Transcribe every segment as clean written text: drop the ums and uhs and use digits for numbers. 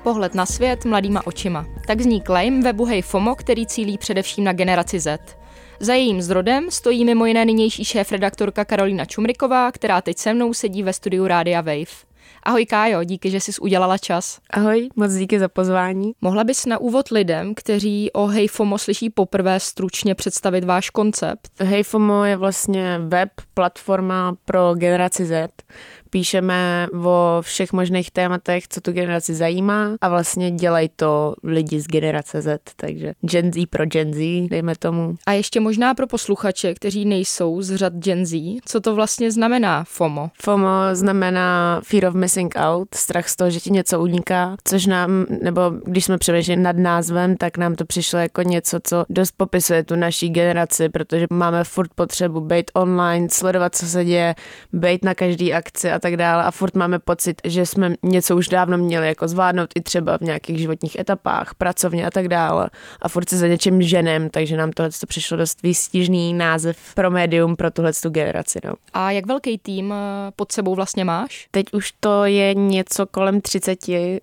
Pohled na svět mladýma očima. Tak zní claim webu HeyFOMO, který cílí především na generaci Z. Za jejím zrodem stojí mimo jiné nynější šéfredaktorka Karolína Čumriková, která teď se mnou sedí ve studiu Rádia Wave. Ahoj Kájo, díky, že jsi udělala čas. Ahoj, moc díky za pozvání. Mohla bys na úvod lidem, kteří o HeyFOMO slyší poprvé, stručně představit váš koncept? HeyFOMO je vlastně web, platforma pro generaci Z. Píšeme o všech možných tématech, co tu generaci zajímá a vlastně dělají to lidi z generace Z, takže Gen Z pro Gen Z, dejme tomu. A ještě možná pro posluchače, kteří nejsou z řad Gen Z, co to vlastně znamená FOMO? FOMO znamená Fear of Missing Out, strach z toho, že ti něco uniká, což nám, nebo když jsme přemýšleli nad názvem, tak nám to přišlo jako něco, co dost popisuje tu naší generaci, protože máme furt potřebu být online, sledovat, co se děje, být na každý akci a tak dále a furt máme pocit, že jsme něco už dávno měli jako zvládnout i třeba v nějakých životních etapách, pracovně a tak dále a furt se za něčím ženem, takže nám tohle přišlo dost výstižný název pro médium pro tuhletu generaci. No. A jak velký tým pod sebou vlastně máš? Teď už to je něco kolem 30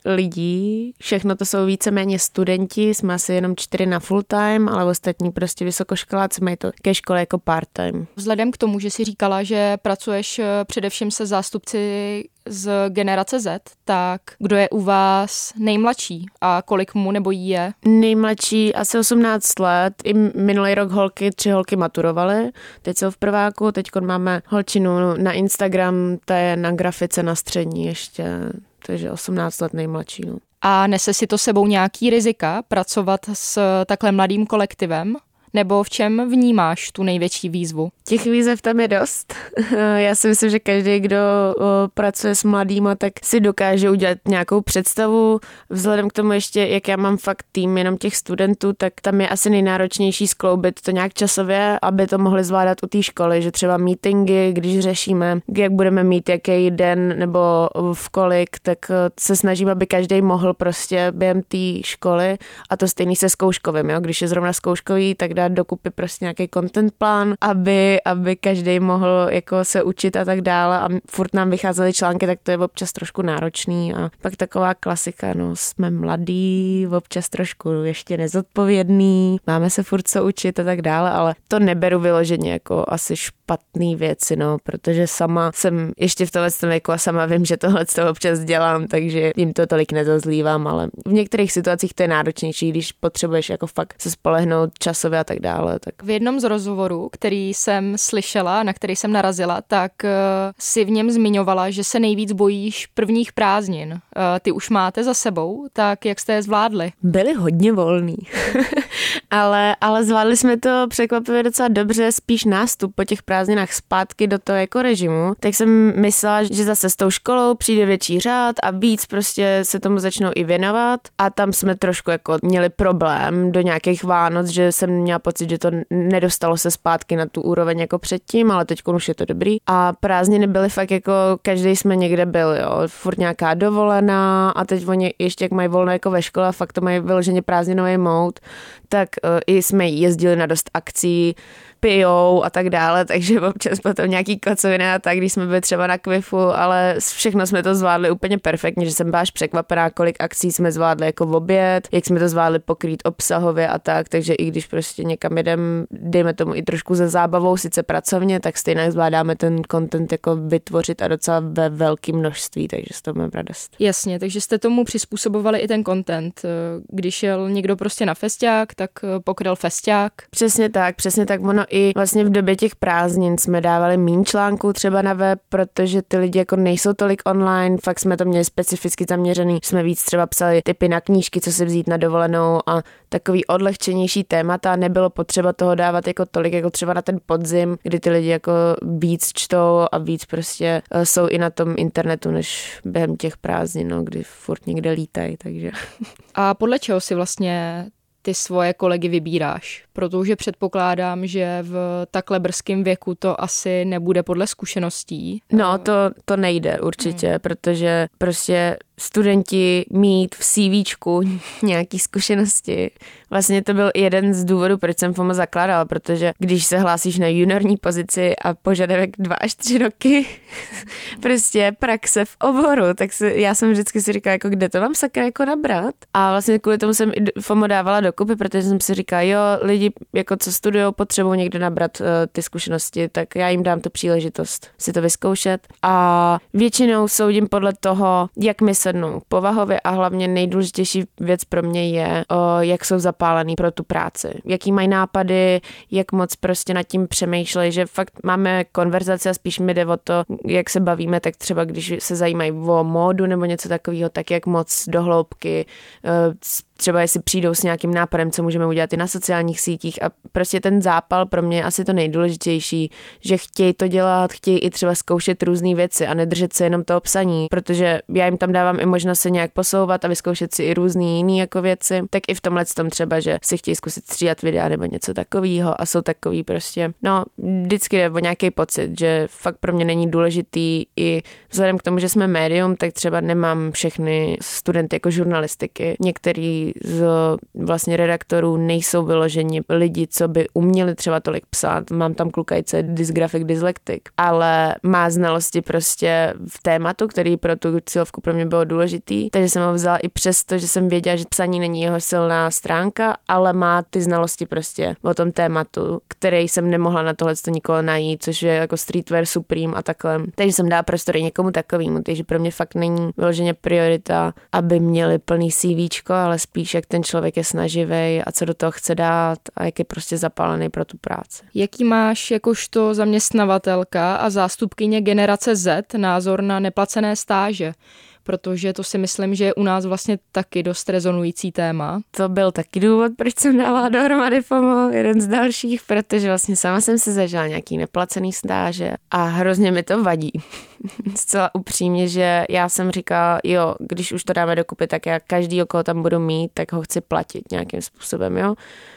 lidí, všechno to jsou víceméně studenti, jsme asi jenom 4 na full time, ale ostatní prostě vysokoškoláci mají to ke škole jako part time. Vzhledem k tomu, že jsi říkala, že pracuješ především se zástupci z generace Z, tak kdo je u vás nejmladší a kolik mu nebo jí je? Nejmladší asi 18 let, i minulý rok 3 holky maturovaly, teď jsou v prváku, teď máme holčinu na Instagram, ta je na grafice na střední ještě, takže 18 let nejmladší. No. A nese si to sebou nějaký rizika pracovat s takhle mladým kolektivem? Nebo v čem vnímáš tu největší výzvu? Těch výzev tam je dost. Já si myslím, že každý, kdo pracuje s mladýma, tak si dokáže udělat nějakou představu. Vzhledem k tomu ještě, jak já mám fakt tým jenom těch studentů, tak tam je asi nejnáročnější skloubit to nějak časově, aby to mohli zvládat u té školy, že třeba meetingy, když řešíme, jak budeme mít jaký den nebo v kolik, tak se snažím, aby každý mohl prostě během té školy a to stejný se zkouškovým, jo? Když je zrovna zkouškový, tak dát dokupy prostě nějaký content plán, aby každý mohl jako se učit a tak dále a furt nám vycházely články, tak to je občas trošku náročný a pak taková klasika, no jsme mladí, občas trošku ještě nezodpovědný, máme se furt co učit a tak dále, ale to neberu vyloženě jako asi špatný věci, no, protože sama jsem ještě v tomhle věku a sama vím, že tohle občas dělám, takže jim to tolik nezazlívám, ale v některých situacích to je náročnější, když potřebuješ jako fakt se spolehnout časově a tak dále. Tak. V jednom z rozhovorů, který jsem slyšela, na který jsem narazila, tak si v něm zmiňovala, že se nejvíc bojíš prvních prázdnin. Ty už máte za sebou, tak jak jste je zvládli? Byli hodně volný, ale zvládli jsme to překvapivě docela dobře, spíš nástup po těch prázdninách zpátky do toho jako režimu. Tak jsem myslela, že zase s tou školou přijde větší řád a víc prostě se tomu začnou i věnovat a tam jsme trošku jako měli problém do nějakých Vánoc, že jsem měla pocit, že to nedostalo se zpátky na tu úroveň jako předtím, ale teď už je to dobrý. A prázdniny byly fakt jako, každý jsme někde byl, jo, furt nějaká dovolená a teď oni ještě jak mají volno jako ve škole, fakt to mají vyloženě prázdninový mode, tak i jsme jezdili na dost akcí, pijou a tak dále, takže občas potom nějaký kocoviny a tak, když jsme byli třeba na Kvifu, ale všechno jsme to zvládli úplně perfektně, že jsem byla až překvapená, kolik akcí jsme zvládli jako v oběd, jak jsme to zvládli pokrýt obsahově a tak, takže i když prostě někam jedem, dejme tomu i trošku ze zábavou, sice pracovně, tak stejně zvládáme ten content jako vytvořit a docela ve velkém množství, takže z toho mám radost. Jasně, takže jste tomu přizpůsobovali i ten content. Když šel někdo prostě na festiák, tak pokryl festiák. Přesně tak, ono i vlastně v době těch prázdnin jsme dávali míň článků třeba na web, protože ty lidi jako nejsou tolik online, fakt jsme to měli specificky zaměřený, jsme víc třeba psali tipy na knížky, co si vzít na dovolenou a takový odlehčenější témata, nebylo potřeba toho dávat jako tolik, jako třeba na ten podzim, kdy ty lidi jako víc čtou a víc prostě jsou i na tom internetu, než během těch prázdnin, no, kdy furt někde lítají, takže. A podle čeho si vlastně ty svoje kolegy vybíráš? Protože předpokládám, že v takhle brzkém věku to asi nebude podle zkušeností. No, to nejde určitě, protože prostě studenti mít v CVčku nějaký zkušenosti. Vlastně to byl jeden z důvodů, proč jsem FOMO zakládala, protože když se hlásíš na juniorní pozici a požadavek 2 až 3 roky prostě praxe v oboru, tak já jsem vždycky si říkala, jako kde to mám sakra jako nabrat. A vlastně kvůli tomu jsem i FOMO dávala dokupy, protože jsem si říkala, jo, lidi jako co studujou, potřebují někde nabrat ty zkušenosti, tak já jim dám tu příležitost si to vyzkoušet. A většinou soudím podle toho, jak mi sednou povahově a hlavně nejdůležitější věc pro mě je, jak jsou zapálený pro tu práci. Jaký mají nápady, jak moc prostě nad tím přemýšlej, že fakt máme konverzace a spíš mi jde o to, jak se bavíme, tak třeba když se zajímají o módu nebo něco takového, tak jak moc do hloubky, třeba jestli přijdou s nějakým nápadem, co můžeme udělat i na sociálních sítích a prostě ten zápal pro mě je asi to nejdůležitější, že chtějí to dělat, chtějí i třeba zkoušet různé věci a nedržet se jenom toho psaní, protože já jim tam dávám i možnost se nějak posouvat a vyzkoušet si i různý jiný jako věci, tak i v tomhle tom třeba, že si chtějí zkusit střídat videa nebo něco takového a jsou takový prostě, no vždycky jde o nějaký pocit, že fakt pro mě není důležitý i vzhledem k tomu, že jsme médium, tak třeba nemám všechny studenty jako žurnalistiky, některý z vlastně redaktorů nejsou vyloženi lidi, co by uměli třeba tolik psát. Mám tam klukajce dysgrafik, dyslektik, ale má znalosti prostě v tématu, který pro tu cílovku pro mě bylo důležitý, takže jsem ho vzala i přesto, že jsem věděla, že psaní není jeho silná stránka, ale má ty znalosti prostě o tom tématu, který jsem nemohla na tohle nikoho najít, což je jako streetwear Supreme a takhle. Takže jsem dala prostor i někomu takovému, takže pro mě fakt není vyloženě priorita, aby měli plný CVčko, ale spíš jak ten člověk je snaživý a co do toho chce dát a jak je prostě zapálený pro tu práci. Jaký máš jakožto zaměstnavatelka a zástupkyně generace Z názor na neplacené stáže? Protože to si myslím, že je u nás vlastně taky dost rezonující téma. To byl taky důvod, proč jsem dávala dohromady FOMO, jeden z dalších, protože vlastně sama jsem se zažila nějaký neplacený stáže a hrozně mi to vadí. Zcela upřímně, že já jsem říkala, jo, když už to dáme dokupy, tak já každý, koho tam budu mít, tak ho chci platit nějakým způsobem, jo.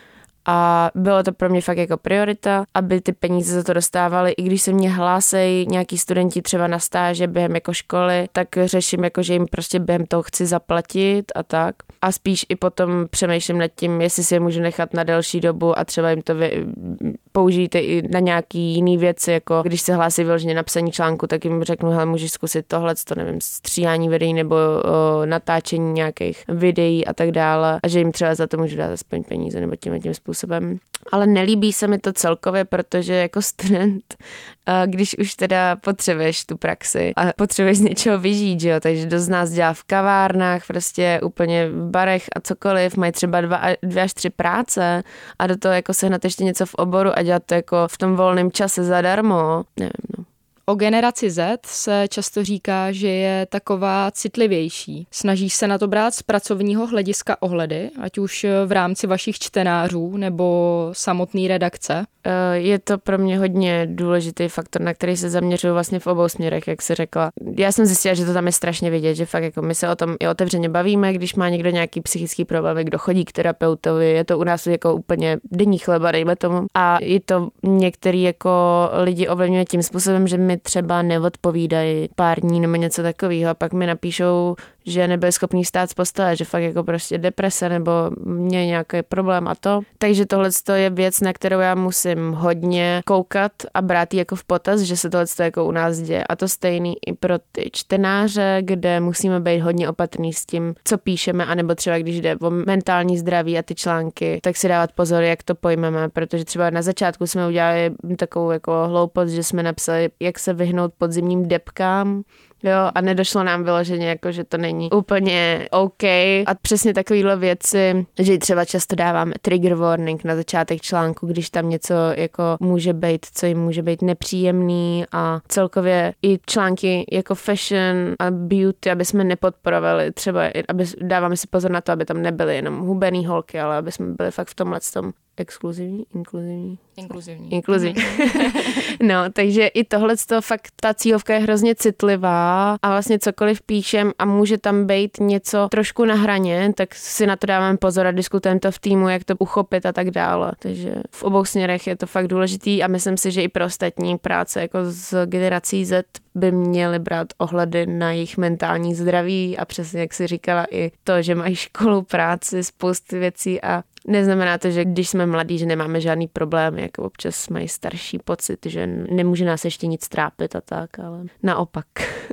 A bylo to pro mě fakt jako priorita, aby ty peníze za to dostávali. I když se mě hlásejí nějaký studenti třeba na stáže během jako školy, tak řeším jako, že jim prostě během toho chci zaplatit a tak. A spíš i potom přemýšlím nad tím, jestli si je můžu nechat na delší dobu a třeba jim to použijte i na nějaký jiný věci, jako když se hlásí vyloženě na psaní článku, tak jim řeknu, hele, můžeš zkusit tohle, to nevím, stříhání videí nebo natáčení nějakých videí a tak dále. A že jim třeba za to můžu dát aspoň peníze nebo tím způsobem. Ale nelíbí se mi to celkově, protože jako student, když už teda potřebuješ tu praxi a potřebuješ z něčeho vyžít, že jo, takže dost z nás dělá v kavárnách, prostě úplně v barech a cokoliv, mají třeba 2 až 3 práce a do toho jako sehnat ještě něco v oboru a dělat to jako v tom volném čase zadarmo, nevím, no. O generaci Z se často říká, že je taková citlivější. Snažíš se na to brát z pracovního hlediska ohledy, ať už v rámci vašich čtenářů nebo samotné redakce? Je to pro mě hodně důležitý faktor, na který se zaměřuju vlastně v obou směrech, jak se řekla. Já jsem zjistila, že to tam je strašně vidět, že fakt jako my se o tom i otevřeně bavíme, když má někdo nějaký psychický problém, kdo chodí k terapeutovi, je to u nás jako úplně denní chleba, dejme tomu. A je to některý jako lidi ovlivňuje tím způsobem, že mi třeba neodpovídají pár dní nebo něco takového a pak mi napíšou, že nebyli schopní stát z postele, že fakt jako prostě deprese nebo mě nějaký problém a to. Takže tohle je věc, na kterou já musím hodně koukat a brát ji jako v potaz, že se tohle jako u nás děje. A to stejný i pro ty čtenáře, kde musíme být hodně opatrní s tím, co píšeme, anebo třeba když jde o mentální zdraví a ty články, tak si dávat pozor, jak to pojmeme, protože třeba na začátku jsme udělali takovou jako hloupost, že jsme napsali, jak se vyhnout podzimním depkám, jo, a nedošlo nám vyloženě, jako, že to není úplně OK. A přesně takovýhle věci, že třeba často dáváme trigger warning na začátek článku, když tam něco jako může být, co jim může být nepříjemný a celkově i články jako fashion a beauty, aby jsme nepodporovali, třeba dáváme si pozor na to, aby tam nebyly jenom hubený holky, ale aby jsme byli fakt v tomhle tom Inkluzivní. No, takže i tohleto fakt ta cílovka je hrozně citlivá a vlastně cokoliv píšem a může tam být něco trošku na hraně, tak si na to dáváme pozor a diskutujeme to v týmu, jak to uchopit a tak dále. Takže v obou směrech je to fakt důležitý a myslím si, že i pro ostatní práce jako s generací Z by měli brát ohledy na jejich mentální zdraví a přesně jak jsi říkala i to, že mají školu, práci, spousty věcí a neznamená to, že když jsme mladí, že nemáme žádný problém, jako občas mají starší pocit, že nemůže nás ještě nic trápit a tak, ale naopak.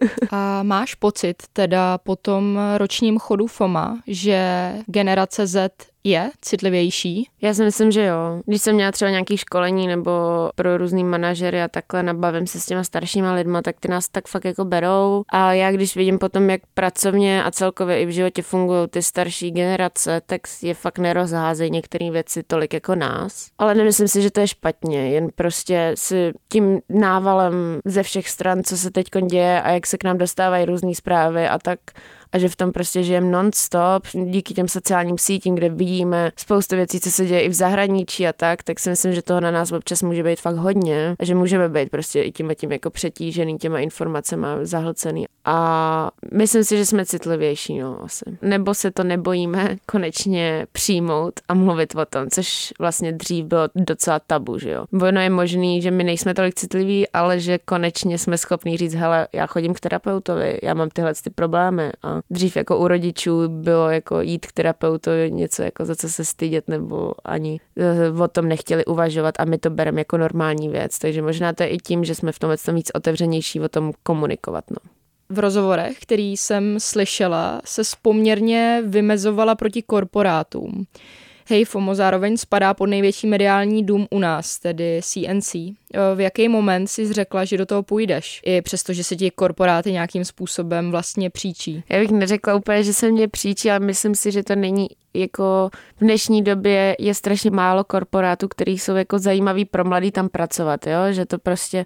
A máš pocit teda po tom ročním chodu FOMA, že generace Z je citlivější? Já si myslím, že jo. Když jsem měla třeba nějaké školení nebo pro různý manažery a takhle nabavím se s těma staršíma lidma, tak ty nás tak fakt jako berou. A já když vidím potom, jak pracovně a celkově i v životě fungují ty starší generace, tak je fakt nerozházejí některé věci tolik jako nás. Ale nemyslím si, že to je špatně, jen prostě si tím návalem ze všech stran, co se teď děje a jak se k nám dostávají různé zprávy a tak, a že v tom prostě žijeme non-stop, díky těm sociálním sítím, kde vidíme spoustu věcí, co se děje i v zahraničí a tak si myslím, že toho na nás občas může být fakt hodně a že můžeme být prostě i tím jako přetížený těma informacemi, zahlcený. A myslím si, že jsme citlivější, no asi. Nebo se to nebojíme konečně přijmout a mluvit o tom, což vlastně dřív bylo docela tabu, že jo. Ono je možný, že my nejsme tolik citliví, ale že konečně jsme schopní říct, hele, já chodím k terapeutovi, já mám tyhle ty problémy a dřív jako u rodičů bylo jako jít k terapeutovi něco jako za co se stydět nebo ani o tom nechtěli uvažovat a my to bereme jako normální věc. Takže možná to je i tím, že jsme v tom víc otevřenější o tom komunikovat. No. V rozhovorech, který jsem slyšela, se poměrně vymezovala proti korporátům. Hej FOMO zároveň spadá pod největší mediální dům u nás, tedy CNC. V jaký moment jsi řekla, že do toho půjdeš? I přesto, že se ti korporáty nějakým způsobem vlastně příčí. Já bych neřekla úplně, že se mě příčí, ale myslím si, že to není jako v dnešní době je strašně málo korporátů, který jsou jako zajímavý pro mladý tam pracovat, jo? Že to prostě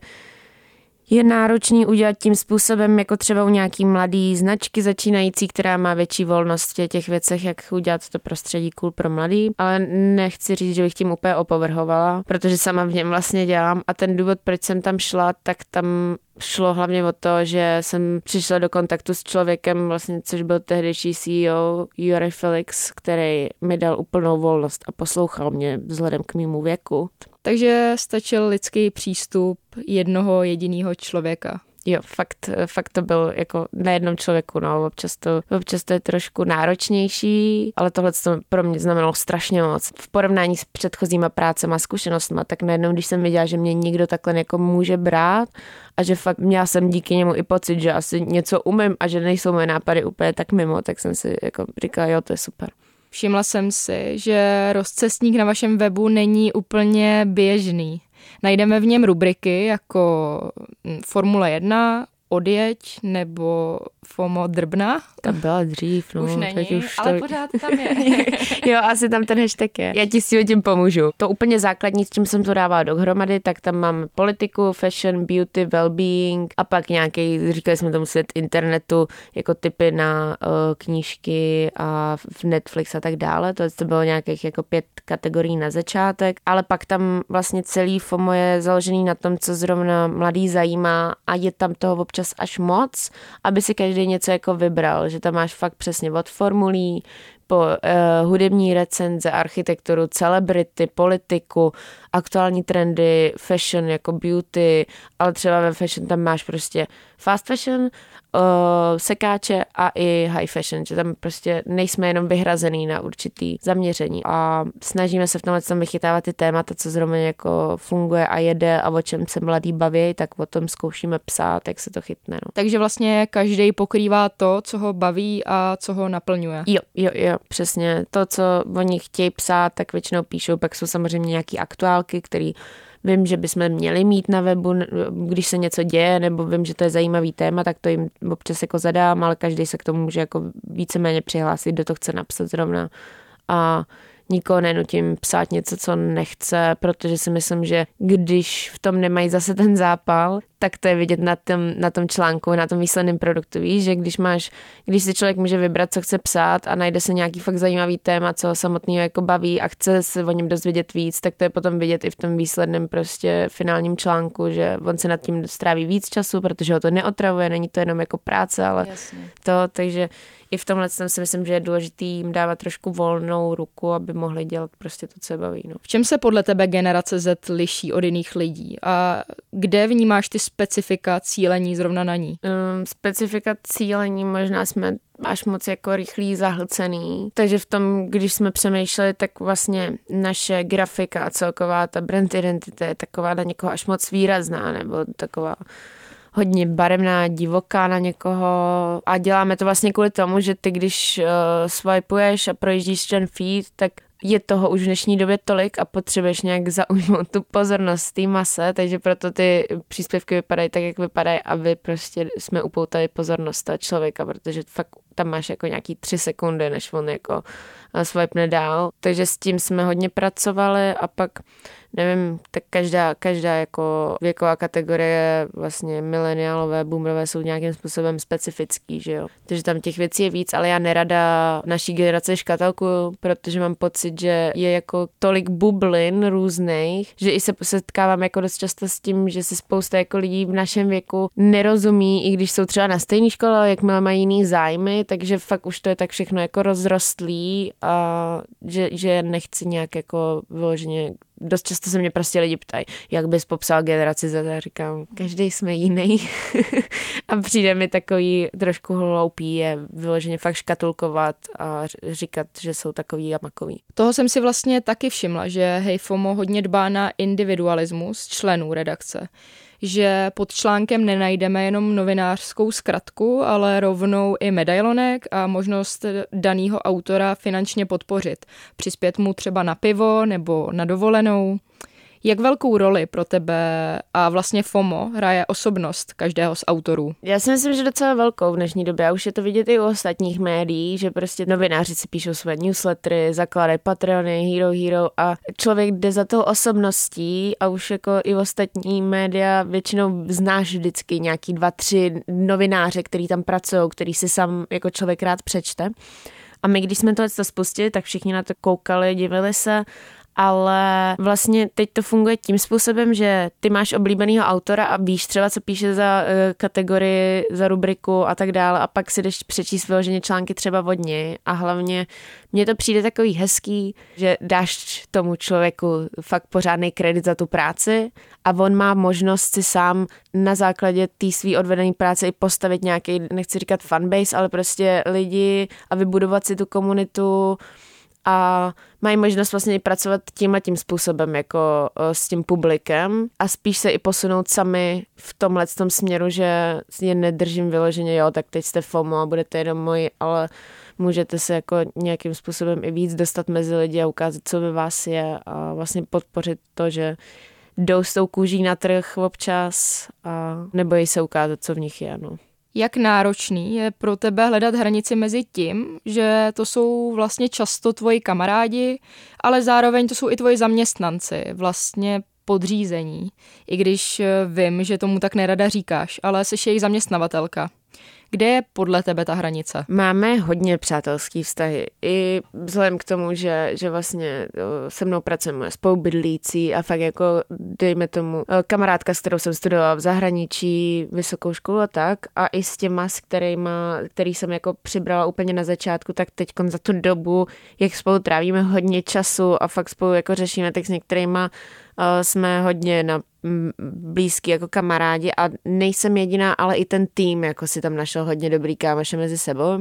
je náročný udělat tím způsobem, jako třeba u nějaký mladý značky začínající, která má větší volnost v těch věcech, jak udělat to prostředí cool pro mladý, ale nechci říct, že bych tím úplně opovrhovala, protože sama v něm vlastně dělám a ten důvod, proč jsem tam šla, tak tam šlo hlavně o to, že jsem přišla do kontaktu s člověkem, vlastně, což byl tehdejší CEO Juraj Felix, který mi dal úplnou volnost a poslouchal mě vzhledem k mému věku. Takže stačil lidský přístup jednoho jediného člověka. Jo, fakt to byl jako na jednom člověku, no, občas to je trošku náročnější, ale tohle to pro mě znamenalo strašně moc. V porovnání s předchozíma prácema a zkušenostma, tak najednou, když jsem viděla, že mě nikdo takhle jako může brát a že fakt měla jsem díky němu i pocit, že asi něco umím a že nejsou moje nápady úplně tak mimo, tak jsem si jako říkala, jo, to je super. Všimla jsem si, že rozcestník na vašem webu není úplně běžný. Najdeme v něm rubriky jako Formule 1, Odjeď nebo FOMO drbna. To byla dřív, no. Už není, ale pořád tam je. Jo, asi tam ten hashtag je. Já ti s tím pomůžu. To úplně základní, s čím jsem to dávala dohromady, tak tam mám politiku, fashion, beauty, well-being a pak nějaký, říkali jsme tomu svět internetu, jako tipy na knížky a v Netflix a tak dále. To bylo nějakých jako 5 kategorií na začátek, ale pak tam vlastně celý FOMO je založený na tom, co zrovna mladý zajímá a je tam toho občas až moc, aby si každý něco jako vybral, že tam máš fakt přesně od formulí po hudební recenze, architekturu, celebrity, politiku, aktuální trendy, fashion jako beauty, ale třeba ve fashion tam máš prostě fast fashion, sekáče a i high fashion, že tam prostě nejsme jenom vyhrazený na určitý zaměření a snažíme se v tomhle vychytávat ty témata, co zrovna jako funguje a jede a o čem se mladý baví, tak o tom zkoušíme psát, jak se to chytne. No. Takže vlastně každý pokrývá to, co ho baví a co ho naplňuje. Jo, přesně. To, co oni chtějí psát, tak většinou píšou, pak jsou samozřejmě nějaký aktuálky, který vím, že bychom měli mít na webu, když se něco děje, nebo vím, že to je zajímavý téma, tak to jim občas jako zadám, ale každý se k tomu může jako víceméně přihlásit, kdo to chce napsat zrovna. A nikoho nenutím psát něco, co nechce, protože si myslím, že když v tom nemají zase ten zápal, tak to je vidět na tom článku, na tom výsledném produktu. Víš, že když si člověk může vybrat, co chce psát a najde se nějaký fakt zajímavý téma, co ho samotného jako baví a chce se o něm dozvědět víc, tak to je potom vidět i v tom výsledném prostě finálním článku, že on se nad tím stráví víc času, protože ho to neotravuje, není to jenom jako práce, ale jasně. Takže i v tomhle si myslím, že je důležitý jim dávat trošku volnou ruku, aby mohli dělat prostě to, co je baví. No. V čem se podle tebe generace Z liší od jiných lidí a kde vnímáš ty specifika cílení zrovna na ní? Specifika cílení možná jsme až moc jako rychlý, zahlcený. Takže v tom, když jsme přemýšleli, tak vlastně naše grafika a celková ta brand identita je taková na někoho až moc výrazná, nebo taková hodně barevná, divoká na někoho a děláme to vlastně kvůli tomu, že ty, když swipeuješ a projíždíš ten feed, tak je toho už v dnešní době tolik a potřebuješ nějak zaujmout tu pozornost té mase, takže proto ty příspěvky vypadají tak, jak vypadají, aby prostě jsme upoutali pozornost toho člověka, protože fakt tam máš jako nějaký 3 sekundy, než on jako swipne dál. Takže s tím jsme hodně pracovali a pak nevím, tak každá jako věková kategorie, vlastně mileniálové, boomerové jsou nějakým způsobem specifický, že jo. Takže tam těch věcí je víc, ale já nerada naší generaci škatulkuju, protože mám pocit, že je jako tolik bublin různých, že i se setkávám jako dost často s tím, že si spousta jako lidí v našem věku nerozumí, i když jsou třeba na stejné škole, ale jakmile mají jiný zájmy, takže fakt už to je tak všechno jako rozrostlý a že nechci nějak jako vyloženě. Dost často se mě prostě lidi ptají, jak bys popsal generaci Z, a říkám, každý jsme jiný a přijde mi takový trošku hloupý je vyloženě fakt škatulkovat a říkat, že jsou takový a makový. Toho jsem si vlastně taky všimla, že HeyFOMO hodně dbá na individualismus členů redakce. Že pod článkem nenajdeme jenom novinářskou zkratku, ale rovnou i medailonek a možnost daného autora finančně podpořit. Přispět mu třeba na pivo nebo na dovolenou. Jak velkou roli pro tebe a vlastně FOMO hraje osobnost každého z autorů? Já si myslím, že docela velkou v dnešní době. A už je to vidět i u ostatních médií, že prostě novináři si píšou své newslettery, zakládají Patreony, Hero a člověk jde za tou osobností a už jako i ostatní média většinou znáš vždycky nějaký 2-3 novináře, který tam pracují, který si sám jako člověk rád přečte. A my, když jsme to spustili, tak všichni na to koukali, divili se. Ale vlastně teď to funguje tím způsobem, že ty máš oblíbenýho autora a víš třeba, co píše za kategorii, za rubriku a tak dále a pak si jdeš přečíst vyloženě články třeba od něj a hlavně mně to přijde takový hezký, že dáš tomu člověku fakt pořádný kredit za tu práci a on má možnost si sám na základě té svý odvedené práce i postavit nějaký, nechci říkat fanbase, ale prostě lidi a vybudovat si tu komunitu a mají možnost vlastně i pracovat tím a tím způsobem jako s tím publikem a spíš se i posunout sami v tomhle tom směru, že je nedržím vyloženě, jo, tak teď jste FOMO a budete jenom moji, ale můžete se jako nějakým způsobem i víc dostat mezi lidi a ukázat, co ve vás je a vlastně podpořit to, že jdou s tou kůží na trh občas a nebojí se ukázat, co v nich je, no. Jak náročný je pro tebe hledat hranici mezi tím, že to jsou vlastně často tvoji kamarádi, ale zároveň to jsou i tvoji zaměstnanci, vlastně podřízení. I když vím, že tomu tak nerada říkáš, ale jsi jejich zaměstnavatelka. Kde je podle tebe ta hranice? Máme hodně přátelský vztahy. I vzhledem k tomu, že vlastně se mnou pracuje moje spolubydlící a fakt jako dejme tomu kamarádka, s kterou jsem studovala v zahraničí, vysokou školu a tak. A i s těma, který jsem jako přibrala úplně na začátku, tak teď za tu dobu, jak spolu trávíme hodně času a fakt spolu jako řešíme, tak s některýma jsme hodně na blízký jako kamarádi a nejsem jediná, ale i ten tým jako si tam našel hodně dobrý kámoše mezi sebou.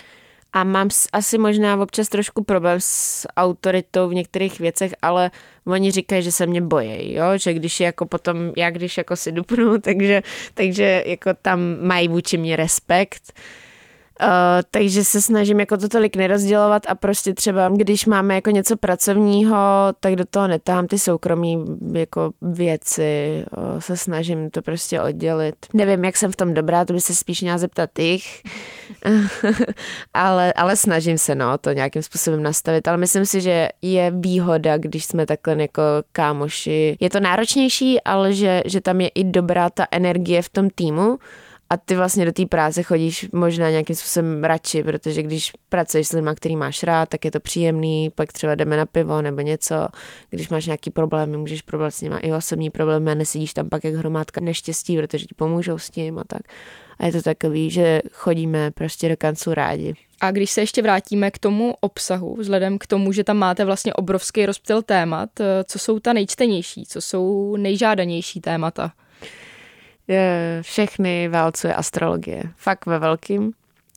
A mám asi možná občas trošku problém s autoritou v některých věcech, ale oni říkají, že se mě bojí, jo? Že když jako potom, já když jako si dupnu, takže jako tam mají vůči mě respekt. Takže se snažím jako to tolik nerozdělovat a prostě třeba, když máme jako něco pracovního, tak do toho netahám ty soukromí jako věci, se snažím to prostě oddělit. Nevím, jak jsem v tom dobrá, to by se spíš měla zeptat jich, ale snažím se to nějakým způsobem nastavit, ale myslím si, že je výhoda, když jsme takhle jako kámoši. Je to náročnější, ale že tam je i dobrá ta energie v tom týmu, a ty vlastně do té práce chodíš možná nějakým způsobem radši, protože když pracuješ s lidmi, který máš rád, tak je to příjemný, pak třeba jdeme na pivo nebo něco, když máš nějaký problémy, můžeš probrat s nima i osobní problémy a nesedíš tam pak jak hromádka neštěstí, protože ti pomůžou s tím a tak. A je to takový, že chodíme prostě do kanclu rádi. A když se ještě vrátíme k tomu obsahu, vzhledem k tomu, že tam máte vlastně obrovský rozptyl témat, co jsou ta nejčtenější, co jsou nejžádanější témata? Všechny válcuje astrologie. Fakt ve velkým.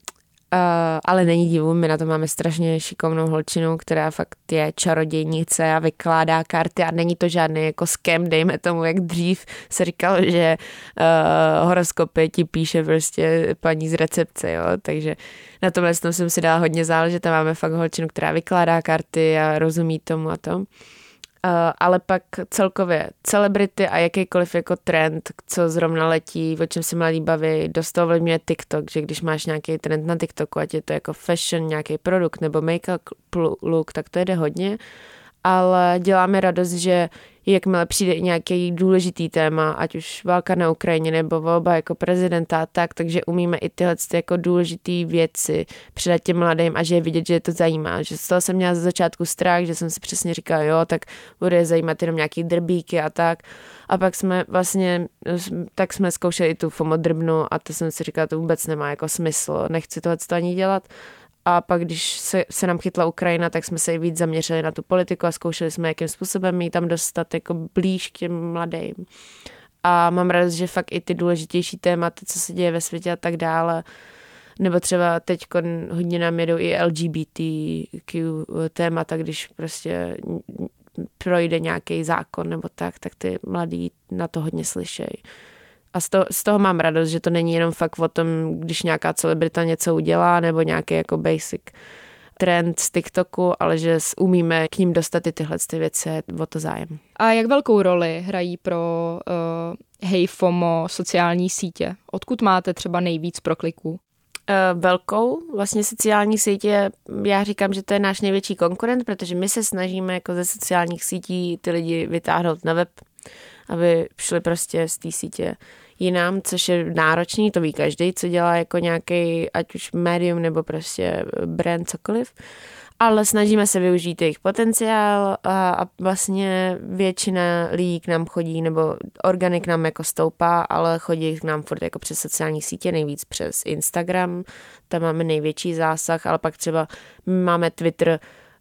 Ale není divu, my na to máme strašně šikovnou holčinu, která fakt je čarodějnice a vykládá karty a není to žádný jako scam, dejme tomu, jak dřív se říkalo, že horoskopy ti píše prostě paní z recepce, jo, takže na tomhle jsem si dala hodně záležet, tam máme fakt holčinu, která vykládá karty a rozumí tomu a to. Ale pak celkově celebrity a jakýkoliv jako trend, co zrovna letí, o čem se mladí baví, dost toho ovlivňuje TikTok, že když máš nějaký trend na TikToku, ať je to jako fashion, nějaký produkt nebo make-up look, tak to jede hodně, ale děláme radost, že jakmile přijde i nějaký důležitý téma, ať už válka na Ukrajině nebo volba jako prezidenta, takže umíme i tyhle jako důležitý věci předat těm mladým a že je vidět, že je to zajímá. Že z toho jsem měla za začátku strach, že jsem si přesně říkala, jo, tak bude zajímat jenom nějaký drbíky a tak. A pak jsme vlastně, tak jsme zkoušeli i tu FOMO drbnu a to jsem si říkala, to vůbec nemá jako smysl, nechci tohle ani dělat. A pak, když se nám chytla Ukrajina, tak jsme se i víc zaměřili na tu politiku a zkoušeli jsme, jakým způsobem ji tam dostat jako blíž k těm mladým. A mám radost, že fakt i ty důležitější tématy, co se děje ve světě a tak dále, nebo třeba teď hodně nám jedou i LGBTQ témata, když prostě projde nějaký zákon nebo tak ty mladí na to hodně slyšejí. A z toho mám radost, že to není jenom fakt o tom, když nějaká celebrita něco udělá nebo nějaký jako basic trend z TikToku, ale že umíme k ním dostat i tyhle věci, o to zájem. A jak velkou roli hrají pro Hey FOMO sociální sítě? Odkud máte třeba nejvíc prokliků? Velkou. Vlastně sociální sítě, já říkám, že to je náš největší konkurent, protože my se snažíme jako ze sociálních sítí ty lidi vytáhnout na web, aby šli prostě z té sítě jinam, což je náročný, to ví každý, co dělá jako nějaký, ať už médium nebo prostě brand, cokoliv. Ale snažíme se využít jejich potenciál a vlastně většina lidí k nám chodí, nebo orgány k nám jako stoupá, ale chodí k nám furt jako přes sociální sítě, nejvíc přes Instagram, tam máme největší zásah, ale pak třeba máme Twitter,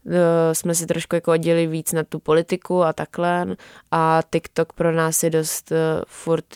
jsme si trošku jako oddělili víc na tu politiku a takhle a TikTok pro nás je dost furt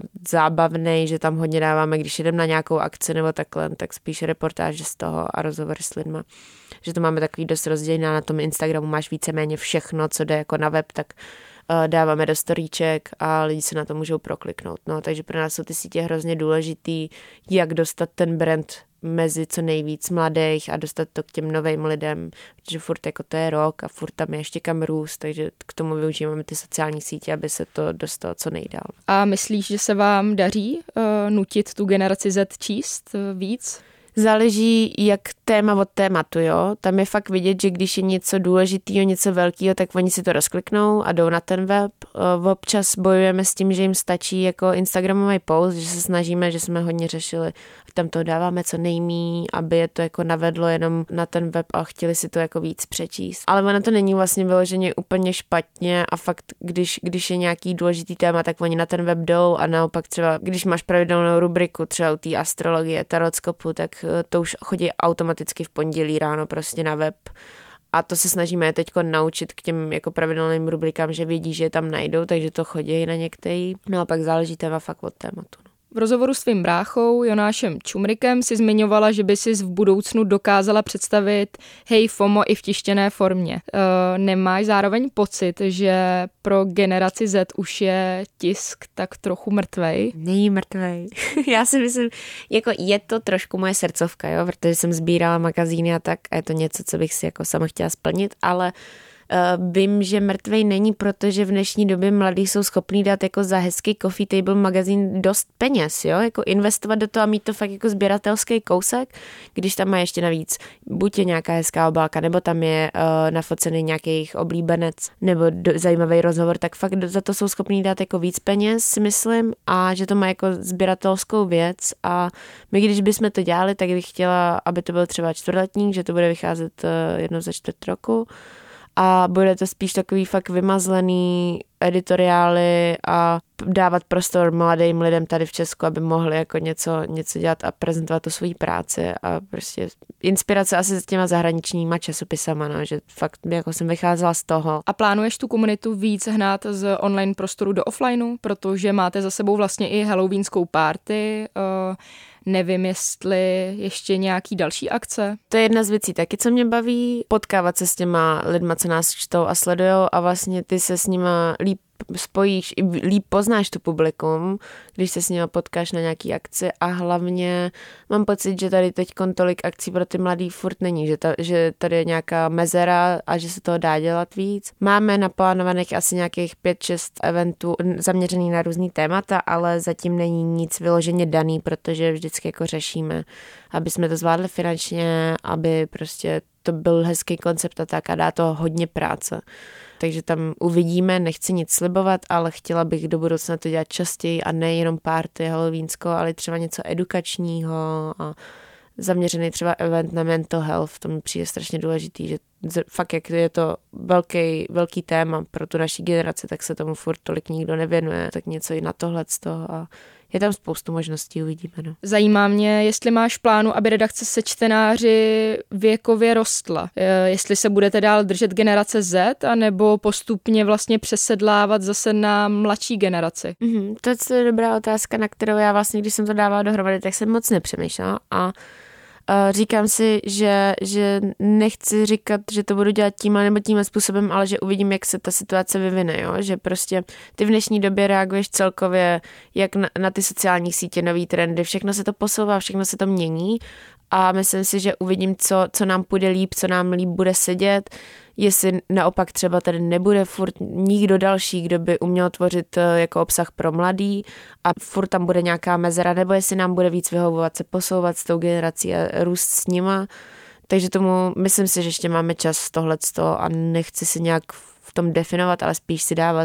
zábavný, že tam hodně dáváme, když jdeme na nějakou akci nebo takhle, tak spíš reportáže z toho a rozhovory s lidma. Že to máme takový dost rozdělené, na tom Instagramu máš víceméně všechno, co jde jako na web, tak dáváme do storíček a lidi se na to můžou prokliknout. No, takže pro nás jsou ty sítě hrozně důležitý, jak dostat ten brand mezi co nejvíc mladých a dostat to k těm novým lidem, protože furt jako to je rok a furt tam je ještě kam růst, takže k tomu využíváme ty sociální sítě, aby se to dostalo co nejdál. A myslíš, že se vám daří nutit tu generaci Z číst víc? Záleží jak téma od tématu, jo. Tam je fakt vidět, že když je něco důležitého, něco velkého, tak oni si to rozkliknou a jdou na ten web. Občas bojujeme s tím, že jim stačí jako instagramový post, že se snažíme, že jsme hodně řešili, tam to dáváme co nejmí, aby je to jako navedlo jenom na ten web a chtěli si to jako víc přečíst. Ale ono to není vlastně vyloženě úplně špatně a fakt, když je nějaký důležitý téma, tak oni na ten web jdou a naopak třeba, když máš pravidelnou rubriku třeba u té astrologie, taroskopu, tak to už chodí automaticky v pondělí ráno prostě na web. A to se snažíme teď naučit k těm jako pravidelným rubrikám, že vědí, že je tam najdou, takže to chodí na některý. No a pak záleží téma fakt od tématu. V rozhovoru s tvým bráchou Jonášem Čumrikem si zmiňovala, že by si v budoucnu dokázala představit Hey FOMO i v tištěné formě. Nemáš zároveň pocit, že pro generaci Z už je tisk tak trochu mrtvej? Není mrtvej. Já si myslím, jako je to trošku moje srdcovka, jo, protože jsem sbírala magazíny a tak a je to něco, co bych si jako sama chtěla splnit, ale vím, že mrtvej není, protože v dnešní době mladí jsou schopní dát jako za hezký coffee table magazín dost peněz, jo, jako investovat do toho a mít to fakt jako sběratelský kousek, když tam má ještě navíc buď je nějaká hezká obálka, nebo tam je nafocený nějaký jejich oblíbenec, nebo zajímavý rozhovor, tak fakt za to jsou schopní dát jako víc peněz, si myslím, a že to má jako sběratelskou věc a my, když bychom to dělali, tak bych chtěla, aby to byl třeba čtvrtletník, že to bude vycházet jednou za čtvrt roku. a bude to spíš takový fakt vymazlený editoriály a dávat prostor mladým lidem tady v Česku, aby mohli jako něco dělat a prezentovat tu svoji práci a prostě inspirace asi s těma zahraničníma časopisama, no, že fakt jako jsem vycházela z toho. A plánuješ tu komunitu víc hnát z online prostoru do offlineu, protože máte za sebou vlastně i halloweenskou party, nevím, jestli ještě nějaký další akce. To je jedna z věcí taky, co mě baví, potkávat se s těma lidma, co nás čtou a sledujou a vlastně ty se s nima líp spojíš, i líp poznáš tu publikum, když se s nimi potkáš na nějaký akci a hlavně mám pocit, že tady teď tolik akcí pro ty mladý furt není, že tady je nějaká mezera a že se toho dá dělat víc. Máme naplánovaných asi nějakých 5-6 eventů zaměřených na různý témata, ale zatím není nic vyloženě daný, protože vždycky jako řešíme, aby jsme to zvládli finančně, aby prostě to byl hezký koncept a tak a dá to hodně práce. Takže tam uvidíme, nechci nic slibovat, ale chtěla bych do budoucna to dělat častěji a nejenom party halloweensko, ale třeba něco edukačního a zaměřený třeba event na mental health, to mi přijde strašně důležitý, že fakt jak je to velký téma pro tu naši generaci, tak se tomu furt tolik nikdo nevěnuje, tak něco i na tohleto a je tam spoustu možností, uvidíme. No. Zajímá mě, jestli máš v plánu, aby redakce se čtenáři věkově rostla. Jestli se budete dál držet generace Z, anebo postupně vlastně přesedlávat zase na mladší generaci. To je dobrá otázka, na kterou já vlastně, když jsem to dávala dohromady, tak jsem moc nepřemýšlela a říkám si, že nechci říkat, že to budu dělat tímhle nebo tímhle způsobem, ale že uvidím, jak se ta situace vyvine, jo? Že prostě ty v dnešní době reaguješ celkově jak na ty sociální sítě, nový trendy, všechno se to posouvá, všechno se to mění a myslím si, že uvidím, co nám půjde líp, co nám líp bude sedět, jestli naopak třeba tady nebude furt nikdo další, kdo by uměl tvořit jako obsah pro mladý a furt tam bude nějaká mezera, nebo jestli nám bude víc vyhovovat se posouvat s tou generací a růst s nima. Takže tomu myslím si, že ještě máme čas tohleto a nechci si nějak v tom definovat, ale spíš si dávat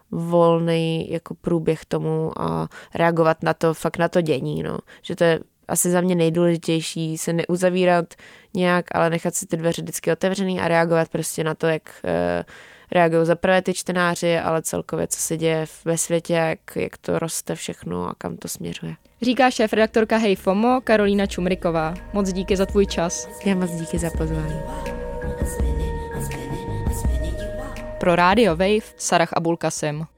volný jako průběh tomu a reagovat na to, fakt na to dění, no. Že to je asi za mě nejdůležitější, se neuzavírat nějak, ale nechat si ty dveře vždycky otevřený a reagovat prostě na to, jak reagují za prvé ty čtenáři, ale celkově, co se děje ve světě, jak to roste všechno a kam to směřuje. Říká šéfredaktorka Hej FOMO Karolína Čumriková. Moc díky za tvůj čas. Já moc díky za pozvání. Pro Radio Wave Sarah Abulkasim.